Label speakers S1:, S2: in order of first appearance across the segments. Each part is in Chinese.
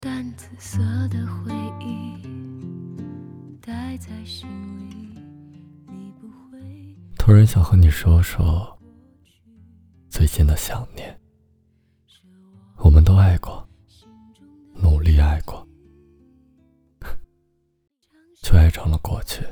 S1: 淡紫色的回忆带在心里，你不会。
S2: 突然想和你说说最近的想念。我们都爱过，努力爱过，却爱成了过去。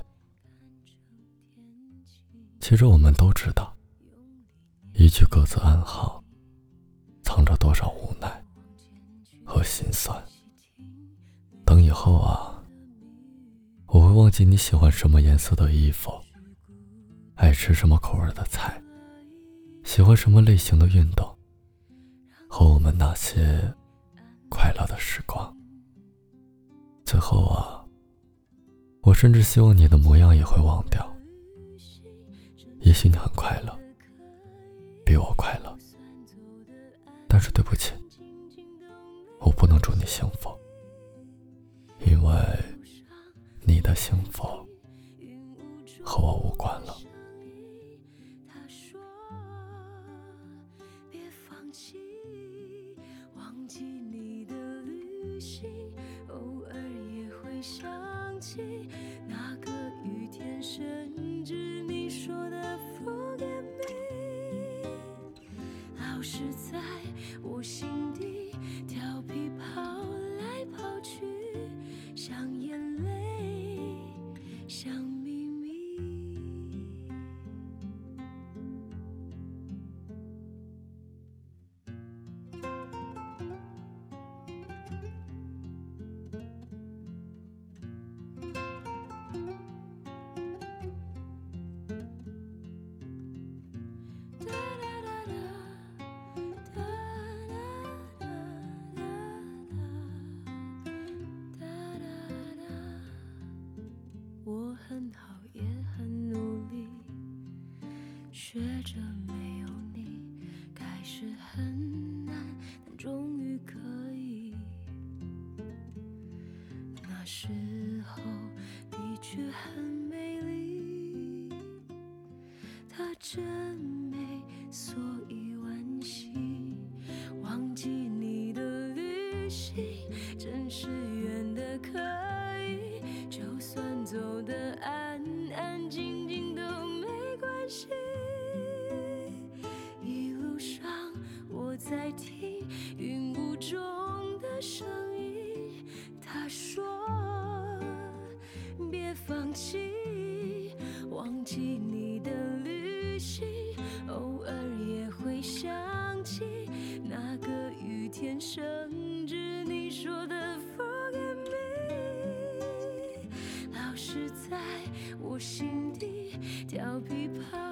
S2: 其实我们都知道，一句各自安好，藏着多少无奈和心酸。等以后啊，我会忘记你喜欢什么颜色的衣服，爱吃什么口味的菜，喜欢什么类型的运动，和我们那些快乐的时光。最后啊，我甚至希望你的模样也会忘掉。也许你很快乐，比我快乐，但是对不起，我不能祝你幸福，因为你的幸福和我无关了。
S1: 忘记你的旅行，偶尔也会想起那个雨天，甚至你说的 forget me， 老是在我心底调皮跑来跑去，像眼泪，像秘密。我很好也很努力，学着没有你开始很难，但终于可以。那时候的确很美丽，它真美，所以惋惜。忘记你的旅行，真是远的可以，就算走得安安静静都没关系。一路上我在听云雾中的声音，他说别放弃，忘记你的旅行，偶尔也会想起那个雨天，甚至你说的 forget me， 老是在我心底调皮跑